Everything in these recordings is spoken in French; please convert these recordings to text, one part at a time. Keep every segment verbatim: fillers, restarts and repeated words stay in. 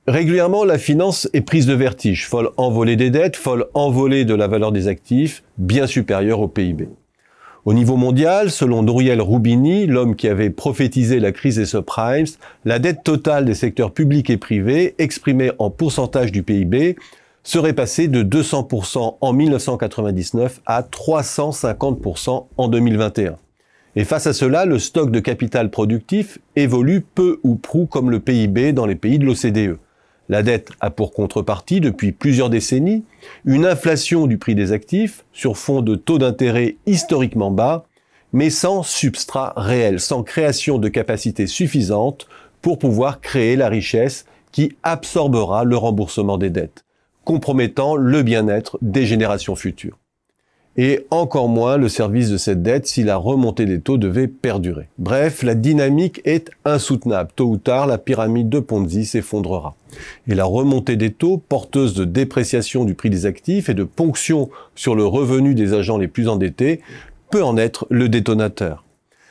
Régulièrement, la finance est prise de vertige, folle envolée des dettes, folle envolée de la valeur des actifs, bien supérieure au P I B. Au niveau mondial, selon Nouriel Roubini, l'homme qui avait prophétisé la crise des subprimes, la dette totale des secteurs publics et privés, exprimée en pourcentage du P I B, serait passée de deux cents pour cent en mille neuf cent quatre-vingt-dix-neuf à trois cent cinquante pour cent en deux mille vingt et un. Et face à cela, le stock de capital productif évolue peu ou prou comme le P I B dans les pays de l'O C D E. La dette a pour contrepartie, depuis plusieurs décennies, une inflation du prix des actifs sur fond de taux d'intérêt historiquement bas, mais sans substrat réel, sans création de capacité suffisante pour pouvoir créer la richesse qui absorbera le remboursement des dettes, compromettant le bien-être des générations futures. Et encore moins le service de cette dette si la remontée des taux devait perdurer. Bref, la dynamique est insoutenable. Tôt ou tard, la pyramide de Ponzi s'effondrera. Et la remontée des taux, porteuse de dépréciation du prix des actifs et de ponction sur le revenu des agents les plus endettés, peut en être le détonateur.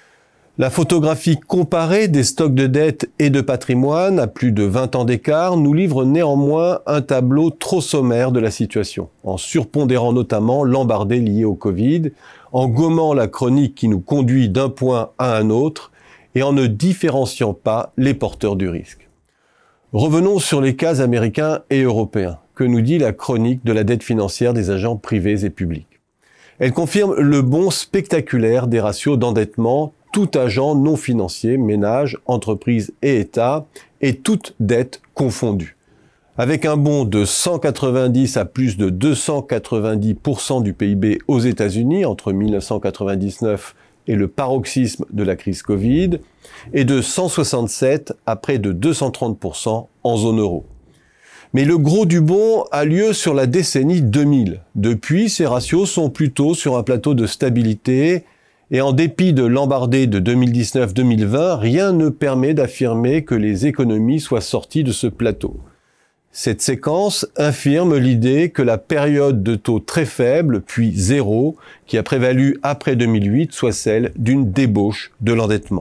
La photographie comparée des stocks de dette et de patrimoine à plus de vingt ans d'écart nous livre néanmoins un tableau trop sommaire de la situation, en surpondérant notamment l'embardé lié au Covid, en gommant la chronique qui nous conduit d'un point à un autre et en ne différenciant pas les porteurs du risque. Revenons sur les cas américains et européens. Que nous dit la chronique de la dette financière des agents privés et publics? Elle confirme le bond spectaculaire des ratios d'endettement, tout agent non financier, ménage, entreprise et État, et toute dette confondue. Avec un bond de cent quatre-vingt-dix à plus de deux cent quatre-vingt-dix pour cent du P I B aux États-Unis entre mille neuf cent quatre-vingt-dix-neuf et le paroxysme de la crise Covid, et de cent soixante-sept à près de deux cent trente pour cent en zone euro. Mais le gros du bond a lieu sur la décennie deux mille. Depuis, ces ratios sont plutôt sur un plateau de stabilité. Et en dépit de l'embardé de deux mille dix-neuf deux mille vingt, rien ne permet d'affirmer que les économies soient sorties de ce plateau. Cette séquence infirme l'idée que la période de taux très faible, puis zéro, qui a prévalu après deux mille huit, soit celle d'une débauche de l'endettement.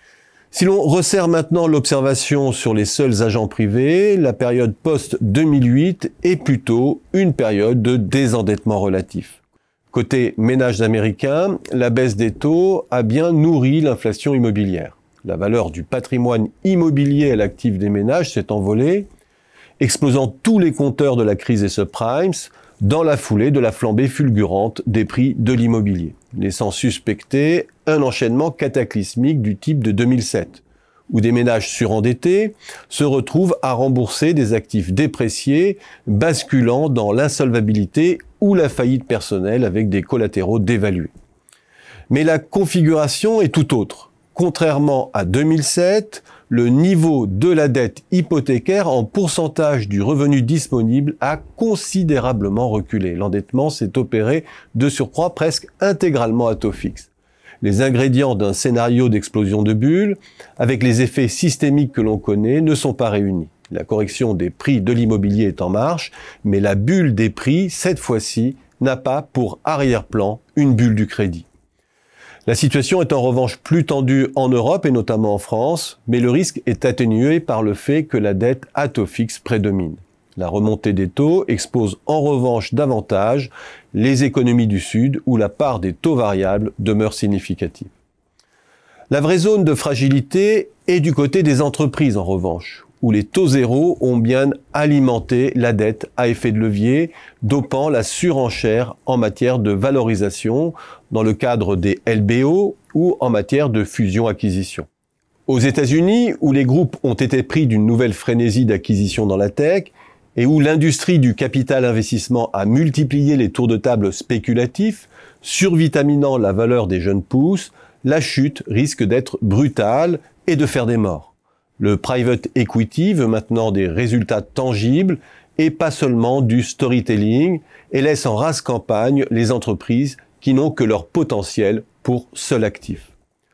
Si l'on resserre maintenant l'observation sur les seuls agents privés, la période post deux mille huit est plutôt une période de désendettement relatif. Côté ménages américains, la baisse des taux a bien nourri l'inflation immobilière. La valeur du patrimoine immobilier à l'actif des ménages s'est envolée, explosant tous les compteurs de la crise des subprimes dans la foulée de la flambée fulgurante des prix de l'immobilier, laissant suspecter un enchaînement cataclysmique du type de deux mille sept, où des ménages surendettés se retrouvent à rembourser des actifs dépréciés, basculant dans l'insolvabilité ou la faillite personnelle avec des collatéraux dévalués. Mais la configuration est tout autre. Contrairement à deux mille sept, le niveau de la dette hypothécaire en pourcentage du revenu disponible a considérablement reculé. L'endettement s'est opéré de surcroît presque intégralement à taux fixe. Les ingrédients d'un scénario d'explosion de bulles, avec les effets systémiques que l'on connaît, ne sont pas réunis. La correction des prix de l'immobilier est en marche, mais la bulle des prix, cette fois-ci, n'a pas pour arrière-plan une bulle du crédit. La situation est en revanche plus tendue en Europe et notamment en France, mais le risque est atténué par le fait que la dette à taux fixe prédomine. La remontée des taux expose en revanche davantage les économies du Sud où la part des taux variables demeure significative. La vraie zone de fragilité est du côté des entreprises en revanche, où les taux zéro ont bien alimenté la dette à effet de levier, dopant la surenchère en matière de valorisation dans le cadre des L B O ou en matière de fusion-acquisition. Aux États-Unis, où les groupes ont été pris d'une nouvelle frénésie d'acquisition dans la tech, et où l'industrie du capital investissement a multiplié les tours de table spéculatifs, survitaminant la valeur des jeunes pousses, la chute risque d'être brutale et de faire des morts. Le private equity veut maintenant des résultats tangibles et pas seulement du storytelling et laisse en rase campagne les entreprises qui n'ont que leur potentiel pour seul actif.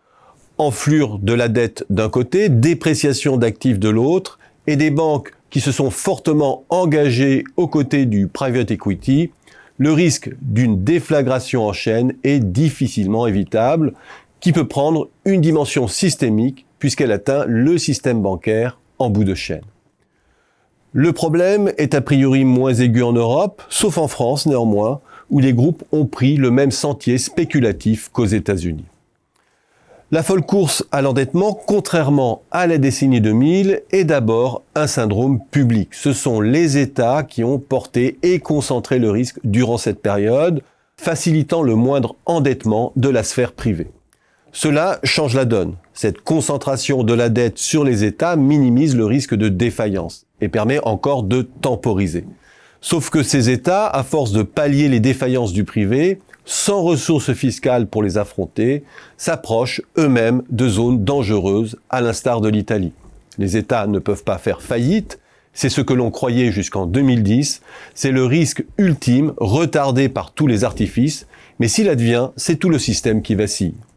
Enflure de la dette d'un côté, dépréciation d'actifs de l'autre et des banques qui se sont fortement engagées aux côtés du private equity, le risque d'une déflagration en chaîne est difficilement évitable, qui peut prendre une dimension systémique puisqu'elle atteint le système bancaire en bout de chaîne. Le problème est a priori moins aigu en Europe, sauf en France néanmoins, où les groupes ont pris le même sentier spéculatif qu'aux États-Unis. La folle course à l'endettement, contrairement à la décennie deux mille, est d'abord un syndrome public. Ce sont les États qui ont porté et concentré le risque durant cette période, facilitant le moindre endettement de la sphère privée. Cela change la donne. Cette concentration de la dette sur les États minimise le risque de défaillance et permet encore de temporiser. Sauf que ces États, à force de pallier les défaillances du privé, sans ressources fiscales pour les affronter, s'approchent eux-mêmes de zones dangereuses, à l'instar de l'Italie. Les États ne peuvent pas faire faillite, c'est ce que l'on croyait jusqu'en deux mille dix, c'est le risque ultime, retardé par tous les artifices, mais s'il advient, c'est tout le système qui vacille.